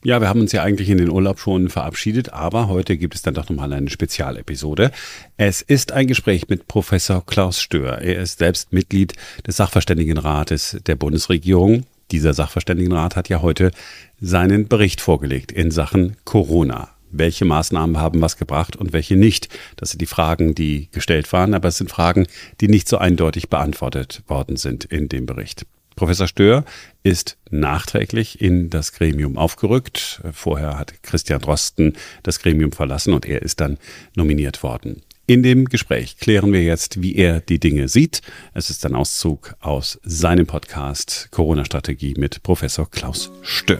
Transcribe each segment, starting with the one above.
Ja, wir haben uns ja eigentlich in den Urlaub schon verabschiedet, aber heute gibt es dann doch nochmal eine Spezialepisode. Es ist ein Gespräch mit Professor Klaus Stöhr. Er ist selbst Mitglied des Sachverständigenrates der Bundesregierung. Dieser Sachverständigenrat hat ja heute seinen Bericht vorgelegt in Sachen Corona. Welche Maßnahmen haben was gebracht und welche nicht? Das sind die Fragen, die gestellt waren, aber es sind Fragen, die nicht so eindeutig beantwortet worden sind in dem Bericht. Professor Stöhr ist nachträglich in das Gremium aufgerückt. Vorher hat Christian Drosten das Gremium verlassen und er ist dann nominiert worden. In dem Gespräch klären wir jetzt, wie er die Dinge sieht. Es ist ein Auszug aus seinem Podcast Corona-Strategie mit Professor Klaus Stöhr.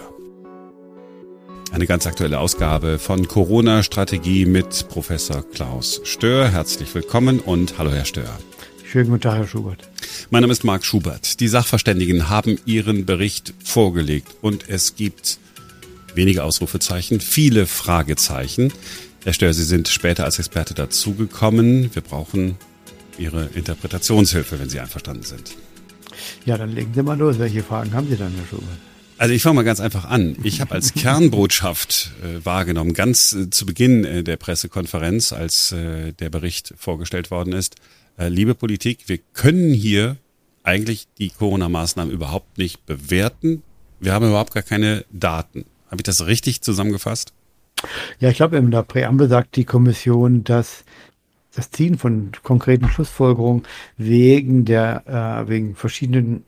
Eine ganz aktuelle Ausgabe von Corona-Strategie mit Professor Klaus Stöhr. Herzlich willkommen und hallo Herr Stöhr. Schönen guten Tag, Herr Schubert. Mein Name ist Marc Schubert. Die Sachverständigen haben ihren Bericht vorgelegt und es gibt wenige Ausrufezeichen, viele Fragezeichen. Herr Stöhr, Sie sind später als Experte dazugekommen. Wir brauchen Ihre Interpretationshilfe, wenn Sie einverstanden sind. Ja, dann legen Sie mal los. Welche Fragen haben Sie dann, Herr Schubert? Also ich fange mal ganz einfach an. Ich habe als Kernbotschaft wahrgenommen, ganz zu Beginn der Pressekonferenz, als der Bericht vorgestellt worden ist, liebe Politik, wir können hier eigentlich die Corona-Maßnahmen überhaupt nicht bewerten. Wir haben überhaupt gar keine Daten. Habe ich das richtig zusammengefasst? Ja, ich glaube, in der Präambel sagt die Kommission, dass das Ziehen von konkreten Schlussfolgerungen wegen verschiedenen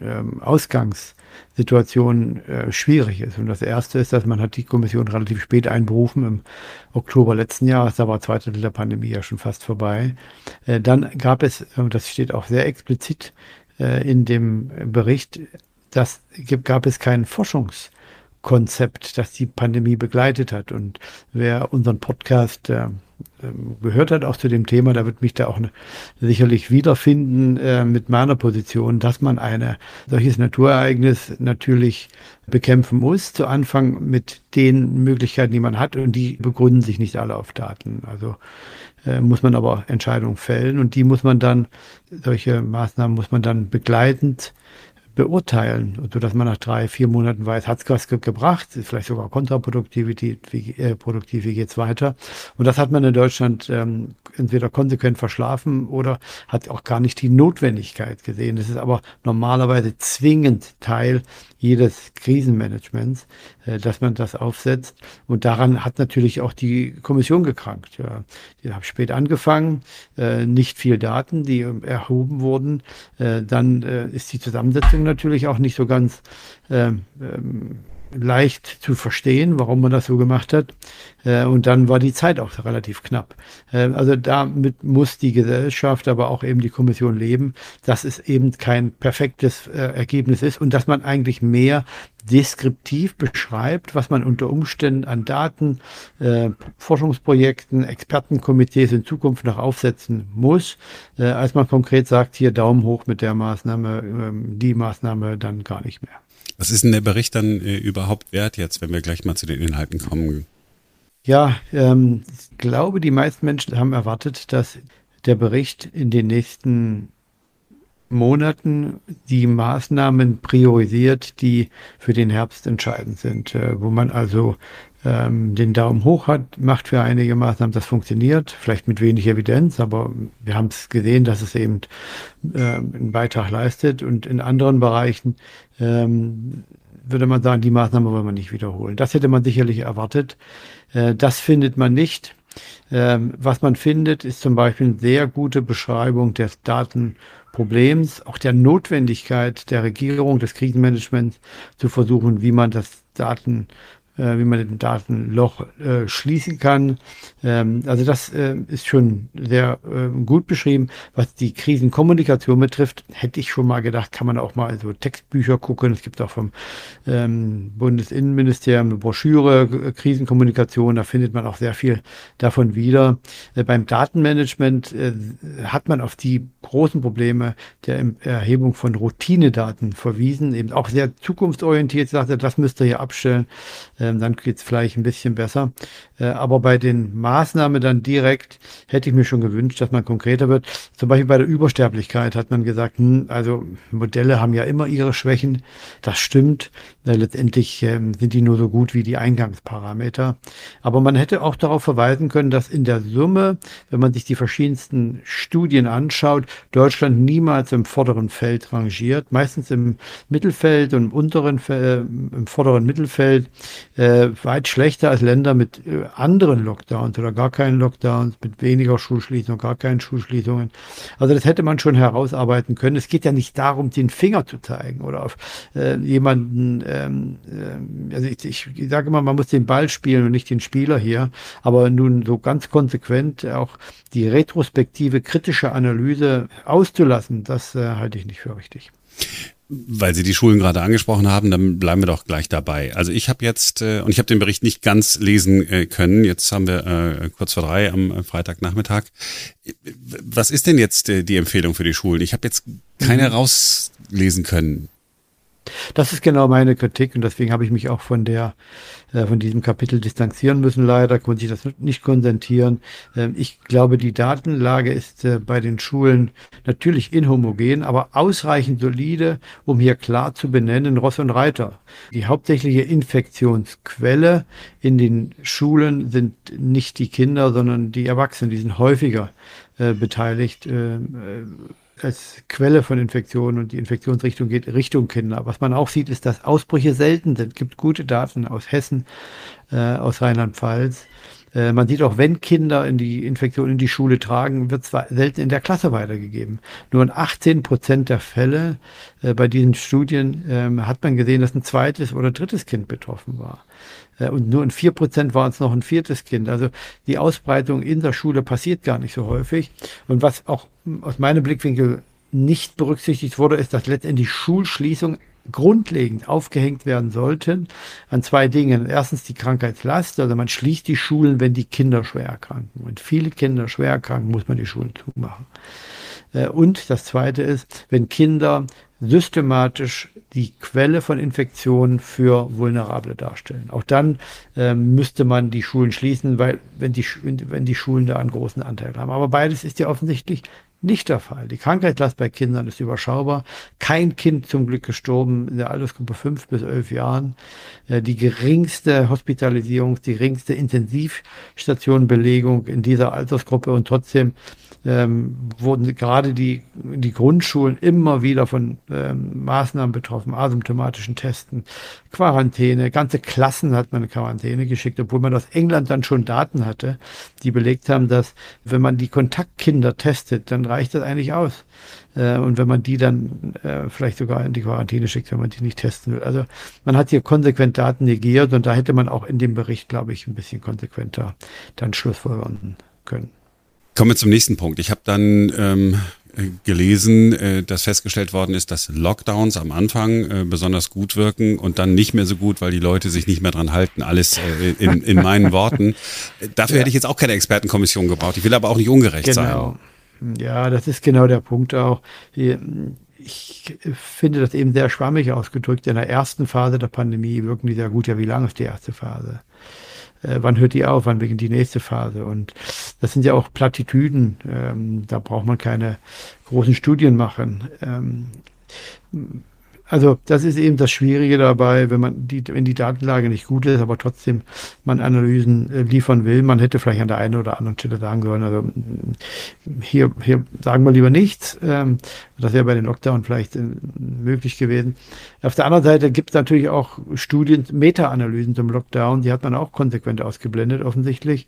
Ausgangssituationen schwierig ist. Und das Erste ist, dass man hat die Kommission relativ spät einberufen, im Oktober letzten Jahres, da war 2/3 der Pandemie ja schon fast vorbei. Dann gab es, das steht auch sehr explizit in dem Bericht, gab es kein Forschungskonzept, das die Pandemie begleitet hat. Und wer unseren Podcast gehört hat, auch zu dem Thema, da wird mich da auch sicherlich wiederfinden mit meiner Position, dass man ein solches Naturereignis natürlich bekämpfen muss, zu Anfang mit den Möglichkeiten, die man hat, und die begründen sich nicht alle auf Daten. Also muss man aber Entscheidungen fällen und solche Maßnahmen muss man dann begleitend beurteilen, sodass man nach 3-4 Monaten weiß, hat es was gebracht, ist vielleicht sogar kontraproduktiv, wie geht's weiter. Und das hat man in Deutschland entweder konsequent verschlafen oder hat auch gar nicht die Notwendigkeit gesehen. Das ist aber normalerweise zwingend Teil jedes Krisenmanagements, dass man das aufsetzt. Und daran hat natürlich auch die Kommission gekrankt. Ja, die haben spät angefangen, nicht viel Daten, die erhoben wurden. Dann ist die Zusammensetzung natürlich auch nicht so ganz leicht zu verstehen, warum man das so gemacht hat. Und dann war die Zeit auch relativ knapp. Also damit muss die Gesellschaft, aber auch eben die Kommission leben, dass es eben kein perfektes Ergebnis ist und dass man eigentlich mehr deskriptiv beschreibt, was man unter Umständen an Daten, Forschungsprojekten, Expertenkomitees in Zukunft noch aufsetzen muss, als man konkret sagt, hier Daumen hoch mit der Maßnahme, die Maßnahme dann gar nicht mehr. Was ist denn der Bericht dann überhaupt wert jetzt, wenn wir gleich mal zu den Inhalten kommen? Ja, ich glaube, die meisten Menschen haben erwartet, dass der Bericht in den nächsten Monaten die Maßnahmen priorisiert, die für den Herbst entscheidend sind, wo man also den Daumen hoch macht für einige Maßnahmen, das funktioniert, vielleicht mit wenig Evidenz, aber wir haben es gesehen, dass es eben einen Beitrag leistet, und in anderen Bereichen würde man sagen, die Maßnahme wollen wir nicht wiederholen. Das hätte man sicherlich erwartet. Das findet man nicht. Was man findet, ist zum Beispiel eine sehr gute Beschreibung des Datenproblems, auch der Notwendigkeit der Regierung, des Krisenmanagements zu versuchen, wie man den Datenloch schließen kann. Also das ist schon sehr gut beschrieben. Was die Krisenkommunikation betrifft, hätte ich schon mal gedacht, kann man auch mal so Textbücher gucken. Es gibt auch vom Bundesinnenministerium eine Broschüre, Krisenkommunikation, da findet man auch sehr viel davon wieder. Beim Datenmanagement hat man auf die großen Probleme der Erhebung von Routinedaten verwiesen, eben auch sehr zukunftsorientiert, sagte, das müsst ihr hier abstellen. Dann geht es vielleicht ein bisschen besser. Aber bei den Maßnahmen dann direkt hätte ich mir schon gewünscht, dass man konkreter wird. Zum Beispiel bei der Übersterblichkeit hat man gesagt, also Modelle haben ja immer ihre Schwächen. Das stimmt. Letztendlich sind die nur so gut wie die Eingangsparameter. Aber man hätte auch darauf verweisen können, dass in der Summe, wenn man sich die verschiedensten Studien anschaut, Deutschland niemals im vorderen Feld rangiert. Meistens im Mittelfeld und im vorderen Mittelfeld weit schlechter als Länder mit anderen Lockdowns oder gar keinen Lockdowns, mit weniger Schulschließungen, gar keinen Schulschließungen. Also das hätte man schon herausarbeiten können. Es geht ja nicht darum, den Finger zu zeigen oder auf jemanden, also ich sage immer, man muss den Ball spielen und nicht den Spieler hier, aber nun so ganz konsequent auch die retrospektive kritische Analyse auszulassen, das halte ich nicht für richtig. Weil Sie die Schulen gerade angesprochen haben, dann bleiben wir doch gleich dabei. Also ich habe jetzt, und ich habe den Bericht nicht ganz lesen können, jetzt haben wir kurz vor 3 am Freitagnachmittag. Was ist denn jetzt die Empfehlung für die Schulen? Ich habe jetzt keine rauslesen können. Das ist genau meine Kritik und deswegen habe ich mich auch von diesem Kapitel distanzieren müssen. Leider konnte ich das nicht konzentrieren. Ich glaube, die Datenlage ist bei den Schulen natürlich inhomogen, aber ausreichend solide, um hier klar zu benennen, Ross und Reiter. Die hauptsächliche Infektionsquelle in den Schulen sind nicht die Kinder, sondern die Erwachsenen. Die sind häufiger beteiligt als Quelle von Infektionen und die Infektionsrichtung geht Richtung Kinder. Was man auch sieht, ist, dass Ausbrüche selten sind. Es gibt gute Daten aus Hessen, aus Rheinland-Pfalz. Man sieht auch, wenn Kinder die Infektion in die Schule tragen, wird zwar selten in der Klasse weitergegeben. Nur in 18% der Fälle bei diesen Studien hat man gesehen, dass ein zweites oder drittes Kind betroffen war. Und nur in 4% war es noch ein viertes Kind. Also die Ausbreitung in der Schule passiert gar nicht so häufig. Und was auch aus meinem Blickwinkel nicht berücksichtigt wurde, ist, dass letztendlich Schulschließungen grundlegend aufgehängt werden sollten an 2 Dingen. Erstens die Krankheitslast, also man schließt die Schulen, wenn die Kinder schwer erkranken. Wenn viele Kinder schwer erkranken, muss man die Schulen zumachen. Und das Zweite ist, wenn Kinder systematisch die Quelle von Infektionen für Vulnerable darstellen. Auch dann müsste man die Schulen schließen, weil wenn die Schulen da einen großen Anteil haben. Aber beides ist ja offensichtlich nicht der Fall. Die Krankheitslast bei Kindern ist überschaubar. Kein Kind zum Glück gestorben in der Altersgruppe 5 bis 11 Jahren. Die geringste Hospitalisierung, die geringste Intensivstationenbelegung in dieser Altersgruppe und trotzdem wurden gerade die Grundschulen immer wieder von Maßnahmen betroffen, asymptomatischen Testen, Quarantäne, ganze Klassen hat man in Quarantäne geschickt, obwohl man aus England dann schon Daten hatte, die belegt haben, dass wenn man die Kontaktkinder testet, dann reicht das eigentlich aus. Und wenn man die dann vielleicht sogar in die Quarantäne schickt, wenn man die nicht testen will. Also man hat hier konsequent Daten negiert und da hätte man auch in dem Bericht, glaube ich, ein bisschen konsequenter dann schlussfolgern können. Kommen wir zum nächsten Punkt. Ich habe dann gelesen, dass festgestellt worden ist, dass Lockdowns am Anfang besonders gut wirken und dann nicht mehr so gut, weil die Leute sich nicht mehr dran halten. Alles in meinen Worten. Dafür hätte ich jetzt auch keine Expertenkommission gebraucht. Ich will aber auch nicht ungerecht sein. Ja, das ist genau der Punkt auch. Ich finde das eben sehr schwammig ausgedrückt. In der ersten Phase der Pandemie wirken die sehr gut. Ja, wie lange ist die erste Phase? Wann hört die auf? Wann beginnt die nächste Phase? Und das sind ja auch Plattitüden. Da braucht man keine großen Studien machen. Also das ist eben das Schwierige dabei, wenn die Datenlage nicht gut ist, aber trotzdem man Analysen liefern will. Man hätte vielleicht an der einen oder anderen Stelle sagen sollen, also hier sagen wir lieber nichts. Das wäre bei den Lockdown vielleicht möglich gewesen. Auf der anderen Seite gibt es natürlich auch Studien, Meta-Analysen zum Lockdown, die hat man auch konsequent ausgeblendet offensichtlich.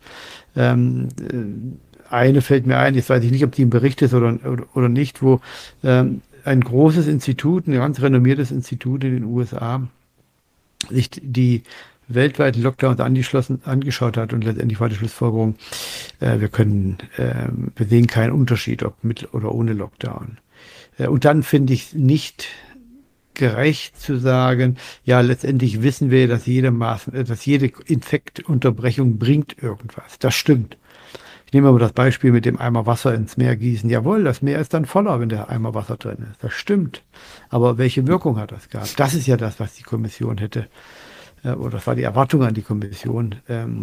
Eine fällt mir ein, jetzt weiß ich nicht, ob die im Bericht ist oder nicht, wo ein großes Institut, ein ganz renommiertes Institut in den USA, sich die weltweiten Lockdowns angeschaut hat und letztendlich war die Schlussfolgerung, wir sehen keinen Unterschied, ob mit oder ohne Lockdown. Und dann finde ich es nicht gerecht zu sagen, ja, letztendlich wissen wir, dass jede Infektunterbrechung bringt irgendwas. Das stimmt. Ich nehme aber das Beispiel mit dem Eimer Wasser ins Meer gießen. Jawohl, das Meer ist dann voller, wenn der Eimer Wasser drin ist. Das stimmt. Aber welche Wirkung hat das gehabt? Das ist ja das, was die Kommission hätte oder das war die Erwartung an die Kommission,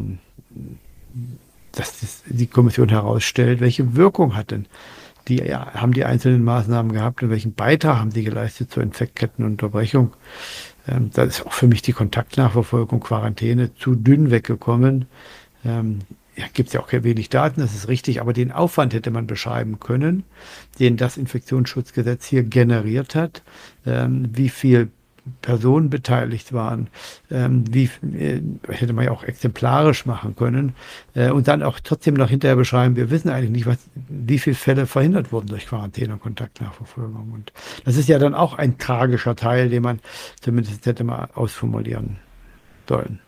dass die Kommission herausstellt, welche Wirkung hat denn haben die einzelnen Maßnahmen gehabt und welchen Beitrag haben die geleistet zur Infektkettenunterbrechung. Da ist auch für mich die Kontaktnachverfolgung, Quarantäne zu dünn weggekommen. Gibt es ja auch wenig Daten, das ist richtig, aber den Aufwand hätte man beschreiben können, den das Infektionsschutzgesetz hier generiert hat, wie viel Personen beteiligt waren, hätte man ja auch exemplarisch machen können und dann auch trotzdem noch hinterher beschreiben, wir wissen eigentlich nicht, wie viele Fälle verhindert wurden durch Quarantäne und Kontaktnachverfolgung. Und das ist ja dann auch ein tragischer Teil, den man zumindest hätte mal ausformulieren sollen.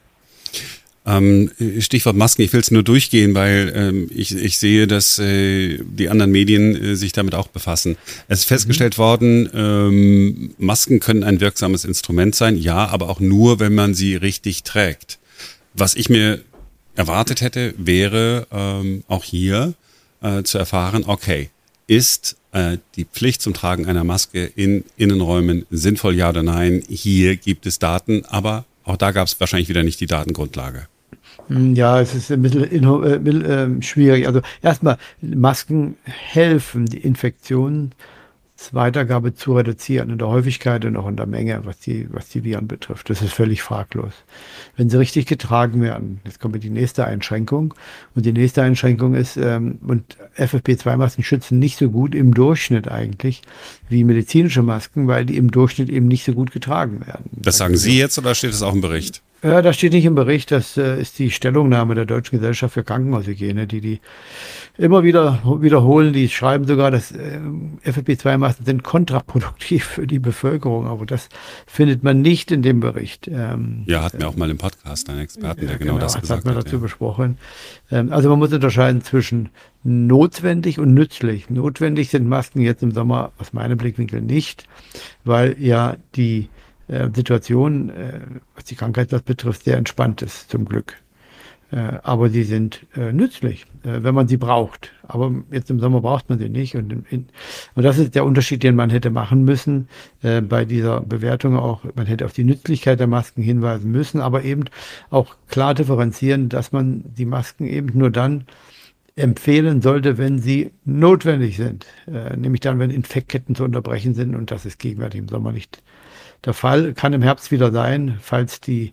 Stichwort Masken, ich will es nur durchgehen, weil ich sehe, dass die anderen Medien sich damit auch befassen. Es ist festgestellt worden, Masken können ein wirksames Instrument sein, ja, aber auch nur, wenn man sie richtig trägt. Was ich mir erwartet hätte, wäre auch hier zu erfahren, okay, ist die Pflicht zum Tragen einer Maske in Innenräumen sinnvoll, ja oder nein? Hier gibt es Daten, aber auch da gab es wahrscheinlich wieder nicht die Datengrundlage. Ja, es ist ein bisschen schwierig. Also erstmal, Masken helfen, die Infektionsweitergabe zu reduzieren in der Häufigkeit und auch in der Menge, was die Viren betrifft. Das ist völlig fraglos. Wenn sie richtig getragen werden, jetzt kommt die nächste Einschränkung. Und die nächste Einschränkung ist, und FFP2-Masken schützen nicht so gut im Durchschnitt eigentlich wie medizinische Masken, weil die im Durchschnitt eben nicht so gut getragen werden. Das sagen Sie jetzt oder steht das auch im Bericht? Ja, das steht nicht im Bericht, das ist die Stellungnahme der Deutschen Gesellschaft für Krankenhaushygiene, die immer wieder wiederholen, die schreiben sogar, dass FFP2-Masken sind kontraproduktiv für die Bevölkerung, aber das findet man nicht in dem Bericht. Ja, hatten wir auch mal im Podcast einen Experten, der genau das gesagt hat. Das hat man dazu besprochen. Also man muss unterscheiden zwischen notwendig und nützlich. Notwendig sind Masken jetzt im Sommer aus meinem Blickwinkel nicht, weil ja die Situation, was die Krankheit betrifft, sehr entspannt ist, zum Glück. Aber sie sind nützlich, wenn man sie braucht. Aber jetzt im Sommer braucht man sie nicht. Und das ist der Unterschied, den man hätte machen müssen bei dieser Bewertung auch. Man hätte auf die Nützlichkeit der Masken hinweisen müssen, aber eben auch klar differenzieren, dass man die Masken eben nur dann empfehlen sollte, wenn sie notwendig sind. Nämlich dann, wenn Infektketten zu unterbrechen sind. Und das ist gegenwärtig im Sommer nicht der Fall. Kann im Herbst wieder sein, falls die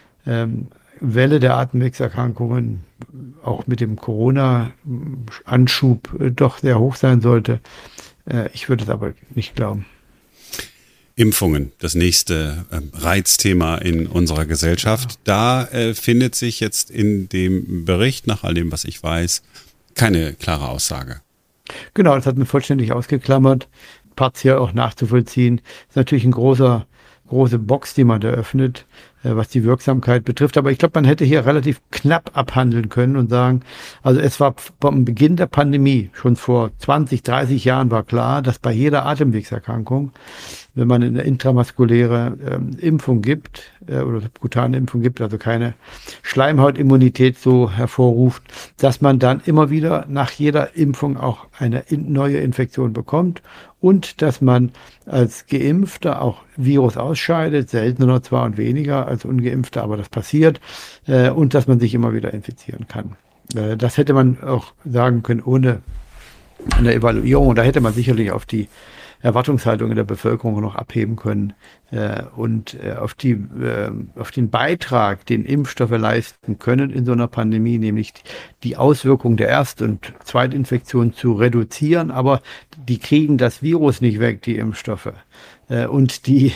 Welle der Atemwegserkrankungen auch mit dem Corona-Anschub doch sehr hoch sein sollte. Ich würde es aber nicht glauben. Impfungen, das nächste Reizthema in unserer Gesellschaft. Da findet sich jetzt in dem Bericht, nach all dem, was ich weiß, keine klare Aussage. Genau, das hat man vollständig ausgeklammert, partiell auch nachzuvollziehen. Das ist natürlich große Box, die man da öffnet, was die Wirksamkeit betrifft. Aber ich glaube, man hätte hier relativ knapp abhandeln können und sagen, also es war vom Beginn der Pandemie, schon vor 20, 30 Jahren war klar, dass bei jeder Atemwegserkrankung, wenn man eine intramuskuläre Impfung gibt oder subkutane Impfung gibt, also keine Schleimhautimmunität so hervorruft, dass man dann immer wieder nach jeder Impfung auch eine neue Infektion bekommt und dass man als Geimpfter auch Virus ausscheidet, seltener zwar und weniger als Ungeimpfter, aber das passiert, und dass man sich immer wieder infizieren kann. Das hätte man auch sagen können ohne eine Evaluierung, und da hätte man sicherlich auf die Erwartungshaltung in der Bevölkerung noch abheben können und auf den Beitrag, den Impfstoffe leisten können in so einer Pandemie, nämlich die Auswirkungen der Erst- und Zweitinfektion zu reduzieren, aber die kriegen das Virus nicht weg, die Impfstoffe. Und die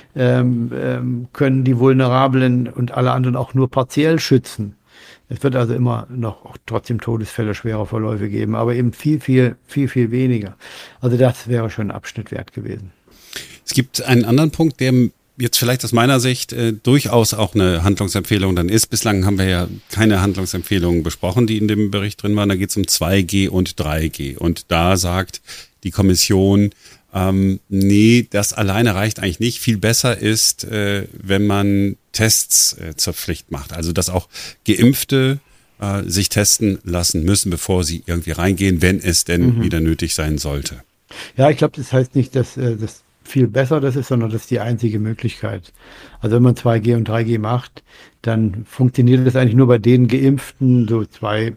können die Vulnerablen und alle anderen auch nur partiell schützen. Es wird also immer noch auch trotzdem Todesfälle, schwere Verläufe geben, aber eben viel weniger. Also das wäre schon ein Abschnitt wert gewesen. Es gibt einen anderen Punkt, der jetzt vielleicht aus meiner Sicht durchaus auch eine Handlungsempfehlung dann ist. Bislang haben wir ja keine Handlungsempfehlungen besprochen, die in dem Bericht drin waren. Da geht es um 2G und 3G. Und da sagt die Kommission, nee, das alleine reicht eigentlich nicht. Viel besser ist, wenn man Tests zur Pflicht macht. Also, dass auch Geimpfte sich testen lassen müssen, bevor sie irgendwie reingehen, wenn es denn wieder nötig sein sollte. Ja, ich glaube, das heißt nicht, dass viel besser das ist, sondern das ist die einzige Möglichkeit. Also wenn man 2G und 3G macht, dann funktioniert das eigentlich nur bei den Geimpften, so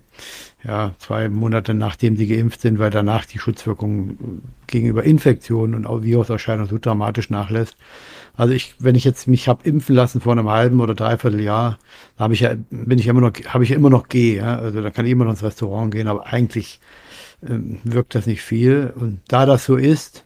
2 Monate nachdem sie geimpft sind, weil danach die Schutzwirkung gegenüber Infektionen und auch Viruserscheinungen so dramatisch nachlässt. Also wenn ich jetzt mich habe impfen lassen vor einem halben oder dreiviertel Jahr, habe ich ja immer noch G, ja? Also da kann ich immer noch ins Restaurant gehen, aber eigentlich wirkt das nicht viel. Und da das so ist,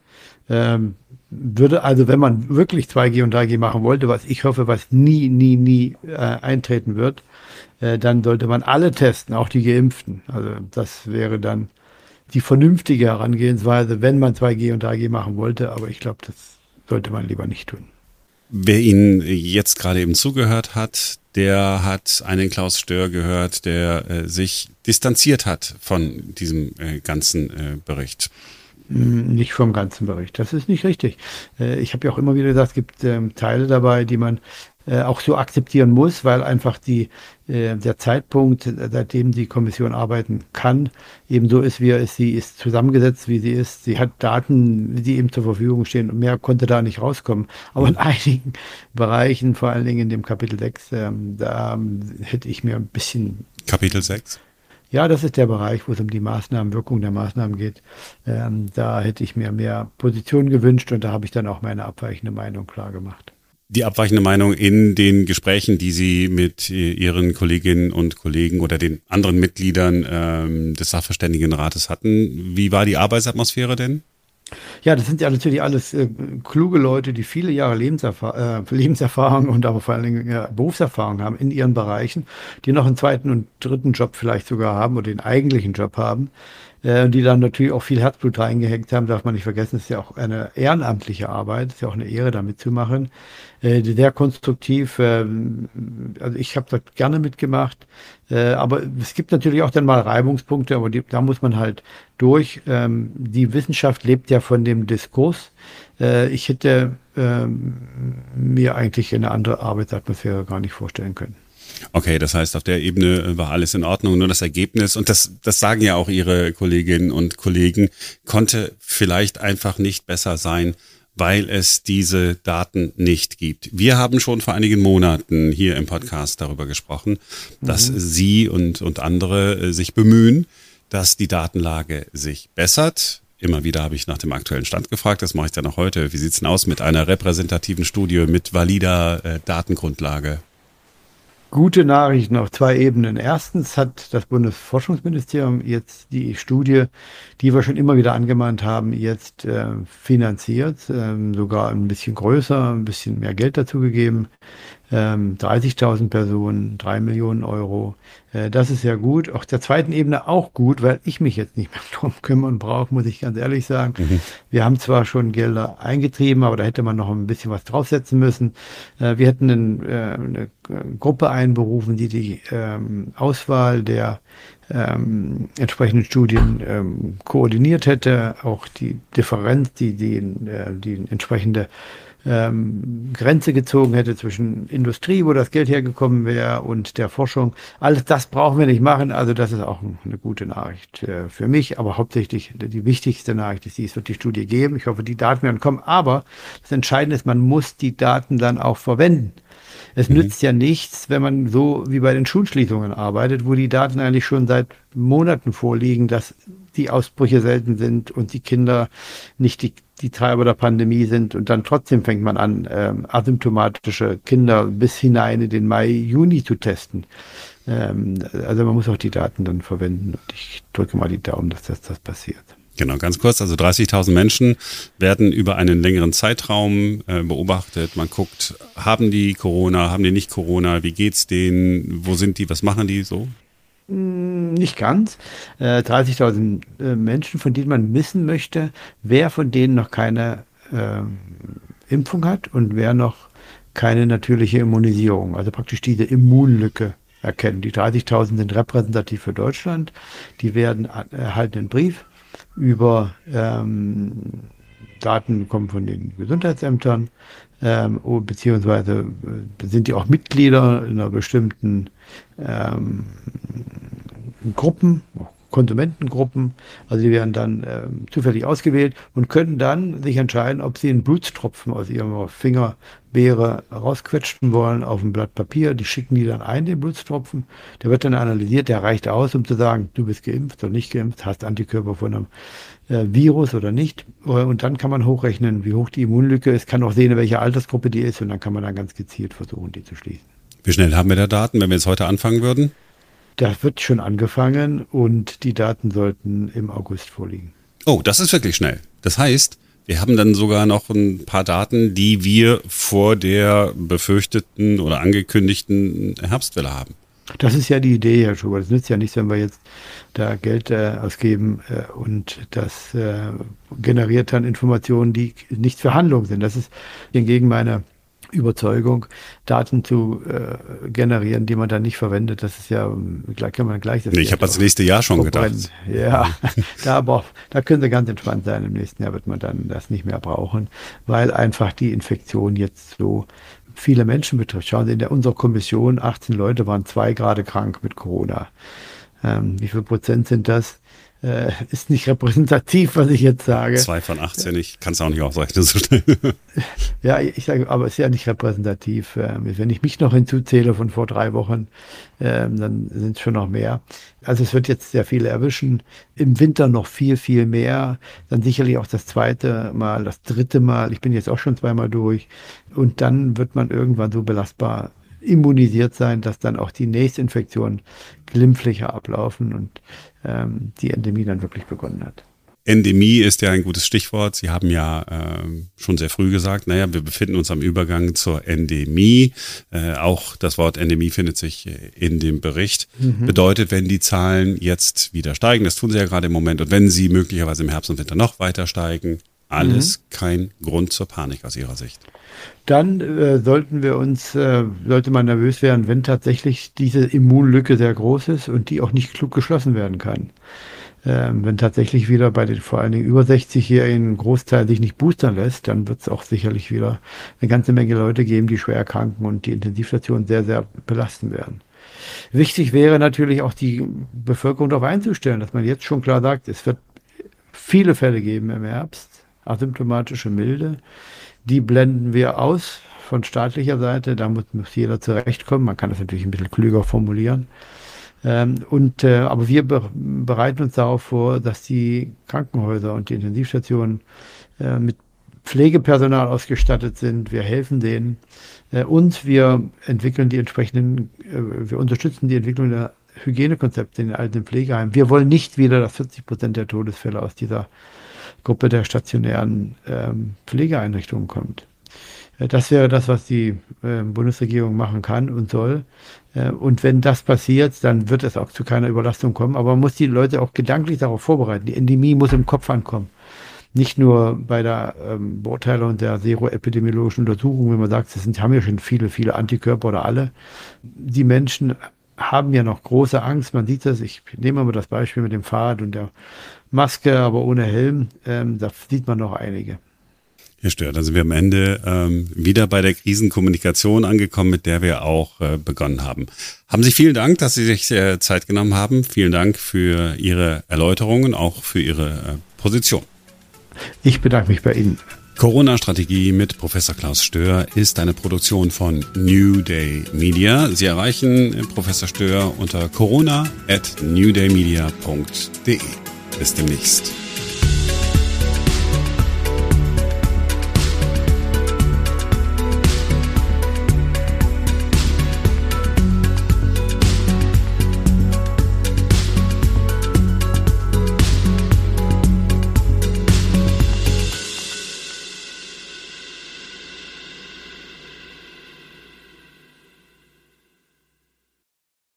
würde also, wenn man wirklich 2G und 3G machen wollte, was ich hoffe, was nie eintreten wird, dann sollte man alle testen, auch die Geimpften. Also das wäre dann die vernünftige Herangehensweise, wenn man 2G und 3G machen wollte. Aber ich glaube, das sollte man lieber nicht tun. Wer Ihnen jetzt gerade eben zugehört hat, der hat einen Klaus Stör gehört, der sich distanziert hat von diesem ganzen Bericht. Nicht vom ganzen Bericht. Das ist nicht richtig. Ich habe ja auch immer wieder gesagt, es gibt Teile dabei, die man auch so akzeptieren muss, weil einfach der Zeitpunkt, seitdem die Kommission arbeiten kann, eben so ist, wie er ist. Sie ist zusammengesetzt, wie sie ist. Sie hat Daten, die eben zur Verfügung stehen und mehr konnte da nicht rauskommen. Aber in einigen Bereichen, vor allen Dingen in dem Kapitel 6, da hätte ich mir ein bisschen... Kapitel 6? Ja, das ist der Bereich, wo es um die Maßnahmen, Wirkung der Maßnahmen geht. Da hätte ich mir mehr Positionen gewünscht und da habe ich dann auch meine abweichende Meinung klar gemacht. Die abweichende Meinung in den Gesprächen, die Sie mit Ihren Kolleginnen und Kollegen oder den anderen Mitgliedern des Sachverständigenrates hatten, wie war die Arbeitsatmosphäre denn? Ja, das sind ja natürlich alles kluge Leute, die viele Jahre Lebenserfahrung und aber vor allen Dingen Berufserfahrung haben in ihren Bereichen, die noch einen zweiten und dritten Job vielleicht sogar haben oder den eigentlichen Job haben, die dann natürlich auch viel Herzblut reingehängt haben, darf man nicht vergessen, es ist ja auch eine ehrenamtliche Arbeit, es ist ja auch eine Ehre, da mitzumachen. Sehr konstruktiv, also ich habe da gerne mitgemacht, aber es gibt natürlich auch dann mal Reibungspunkte, aber da muss man halt durch. Die Wissenschaft lebt ja von dem Diskurs. Ich hätte mir eigentlich eine andere Arbeitsatmosphäre gar nicht vorstellen können. Okay, das heißt, auf der Ebene war alles in Ordnung, nur das Ergebnis, und das sagen ja auch Ihre Kolleginnen und Kollegen, konnte vielleicht einfach nicht besser sein, weil es diese Daten nicht gibt. Wir haben schon vor einigen Monaten hier im Podcast darüber gesprochen, dass Sie und andere sich bemühen, dass die Datenlage sich bessert. Immer wieder habe ich nach dem aktuellen Stand gefragt, das mache ich dann auch heute. Wie sieht's denn aus mit einer repräsentativen Studie, mit valider Datengrundlage? Gute Nachrichten auf 2 Ebenen. Erstens hat das Bundesforschungsministerium jetzt die Studie, die wir schon immer wieder angemahnt haben, jetzt finanziert, sogar ein bisschen größer, ein bisschen mehr Geld dazu gegeben. 30.000 Personen, 3 Millionen Euro. Das ist ja gut. Auf der zweiten Ebene auch gut, weil ich mich jetzt nicht mehr drum kümmern brauche, muss ich ganz ehrlich sagen. Wir haben zwar schon Gelder eingetrieben, aber da hätte man noch ein bisschen was draufsetzen müssen. Wir hätten eine Gruppe einberufen, die Auswahl der entsprechenden Studien koordiniert hätte, auch die Differenz, die entsprechende Grenze gezogen hätte zwischen Industrie, wo das Geld hergekommen wäre, und der Forschung. Alles das brauchen wir nicht machen. Also das ist auch eine gute Nachricht für mich. Aber hauptsächlich die wichtigste Nachricht ist, es wird die Studie geben. Ich hoffe, die Daten werden kommen. Aber das Entscheidende ist, man muss die Daten dann auch verwenden. Es nützt ja nichts, wenn man so wie bei den Schulschließungen arbeitet, wo die Daten eigentlich schon seit Monaten vorliegen, dass die Ausbrüche selten sind und die Kinder nicht die Treiber der Pandemie sind, und dann trotzdem fängt man an, asymptomatische Kinder bis hinein in den Mai, Juni zu testen. Also man muss auch die Daten dann verwenden, und ich drücke mal die Daumen, dass das passiert. Genau, ganz kurz, also 30.000 Menschen werden über einen längeren Zeitraum beobachtet. Man guckt, haben die Corona, haben die nicht Corona, wie geht's denen, wo sind die, was machen die so? Nicht ganz. 30.000 Menschen, von denen man wissen möchte, wer von denen noch keine Impfung hat und wer noch keine natürliche Immunisierung, also praktisch diese Immunlücke erkennen. Die 30.000 sind repräsentativ für Deutschland. Die erhalten einen Brief über Daten kommen von den Gesundheitsämtern, beziehungsweise sind die auch Mitglieder in einer bestimmten Gruppen, Konsumentengruppen, also die werden dann zufällig ausgewählt und können dann sich entscheiden, ob sie einen Blutstropfen aus ihrer Fingerbeere rausquetschen wollen auf ein Blatt Papier. Die schicken die dann ein, den Blutstropfen. Der wird dann analysiert, der reicht aus, um zu sagen, du bist geimpft oder nicht geimpft, hast Antikörper von einem Virus oder nicht. Und dann kann man hochrechnen, wie hoch die Immunlücke ist, kann auch sehen, in welcher Altersgruppe die ist und dann kann man dann ganz gezielt versuchen, die zu schließen. Wie schnell haben wir da Daten, wenn wir jetzt heute anfangen würden? Das wird schon angefangen und die Daten sollten im August vorliegen. Oh, das ist wirklich schnell. Das heißt, wir haben dann sogar noch ein paar Daten, die wir vor der befürchteten oder angekündigten Herbstwelle haben. Das ist ja die Idee, Herr Schubert. Es nützt ja nichts, wenn wir jetzt da Geld ausgeben und das generiert dann Informationen, die nicht für Handlung sind. Das ist hingegen meine Überzeugung, Daten zu generieren, die man dann nicht verwendet. Das ist ja, kann man gleich das. Nee, ich habe das nächste Jahr schon gedacht. Ja, da können Sie ganz entspannt sein. Im nächsten Jahr wird man dann das nicht mehr brauchen, weil einfach die Infektion jetzt so viele Menschen betrifft. Schauen Sie, in unserer Kommission 18 Leute waren 2 gerade krank mit Corona. Wie viel Prozent sind das? Ist nicht repräsentativ, was ich jetzt sage. 2 von 18, ich kann es auch nicht ausrechnen so schnell. Ja, ich sage, aber es ist ja nicht repräsentativ. Wenn ich mich noch hinzuzähle von vor 3 Wochen, dann sind es schon noch mehr. Also es wird jetzt sehr viele erwischen. Im Winter noch viel, viel mehr. Dann sicherlich auch das 2. Mal, das 3. Mal. Ich bin jetzt auch schon 2-mal durch. Und dann wird man irgendwann so belastbar immunisiert sein, dass dann auch die Nächstinfektionen glimpflicher ablaufen und die Endemie dann wirklich begonnen hat. Endemie ist ja ein gutes Stichwort. Sie haben ja schon sehr früh gesagt, naja, wir befinden uns am Übergang zur Endemie. Auch das Wort Endemie findet sich in dem Bericht. Bedeutet, wenn die Zahlen jetzt wieder steigen, das tun sie ja gerade im Moment, und wenn sie möglicherweise im Herbst und Winter noch weiter steigen, alles kein Grund zur Panik aus Ihrer Sicht. Dann sollte man nervös werden, wenn tatsächlich diese Immunlücke sehr groß ist und die auch nicht klug geschlossen werden kann. Wenn tatsächlich wieder bei den vor allen Dingen über 60-Jährigen ein Großteil sich nicht boostern lässt, dann wird es auch sicherlich wieder eine ganze Menge Leute geben, die schwer erkranken und die Intensivstationen sehr, sehr belasten werden. Wichtig wäre natürlich auch die Bevölkerung darauf einzustellen, dass man jetzt schon klar sagt, es wird viele Fälle geben im Herbst, asymptomatische Milde. Die blenden wir aus von staatlicher Seite. Da muss jeder zurechtkommen. Man kann das natürlich ein bisschen klüger formulieren. Aber wir bereiten uns darauf vor, dass die Krankenhäuser und die Intensivstationen mit Pflegepersonal ausgestattet sind. Wir helfen denen und wir entwickeln wir unterstützen die Entwicklung der Hygienekonzepte in den alten Pflegeheimen. Wir wollen nicht wieder, dass 40% der Todesfälle aus dieser Gruppe der stationären Pflegeeinrichtungen kommt. Das wäre das, was die Bundesregierung machen kann und soll. Und wenn das passiert, dann wird es auch zu keiner Überlastung kommen. Aber man muss die Leute auch gedanklich darauf vorbereiten. Die Endemie muss im Kopf ankommen. Nicht nur bei der Beurteilung der seroepidemiologischen Untersuchung, wenn man sagt, haben ja schon viele, viele Antikörper oder alle. Die Menschen haben ja noch große Angst. Man sieht das, ich nehme mal das Beispiel mit dem Fahrrad und der Maske, aber ohne Helm, da sieht man noch einige. Herr Stör, dann sind wir am Ende wieder bei der Krisenkommunikation angekommen, mit der wir auch begonnen haben. Haben Sie vielen Dank, dass Sie sich Zeit genommen haben. Vielen Dank für Ihre Erläuterungen, auch für Ihre Position. Ich bedanke mich bei Ihnen. Corona-Strategie mit Professor Klaus Stör ist eine Produktion von New Day Media. Sie erreichen Professor Stör unter corona@newdaymedia.de. Bis demnächst.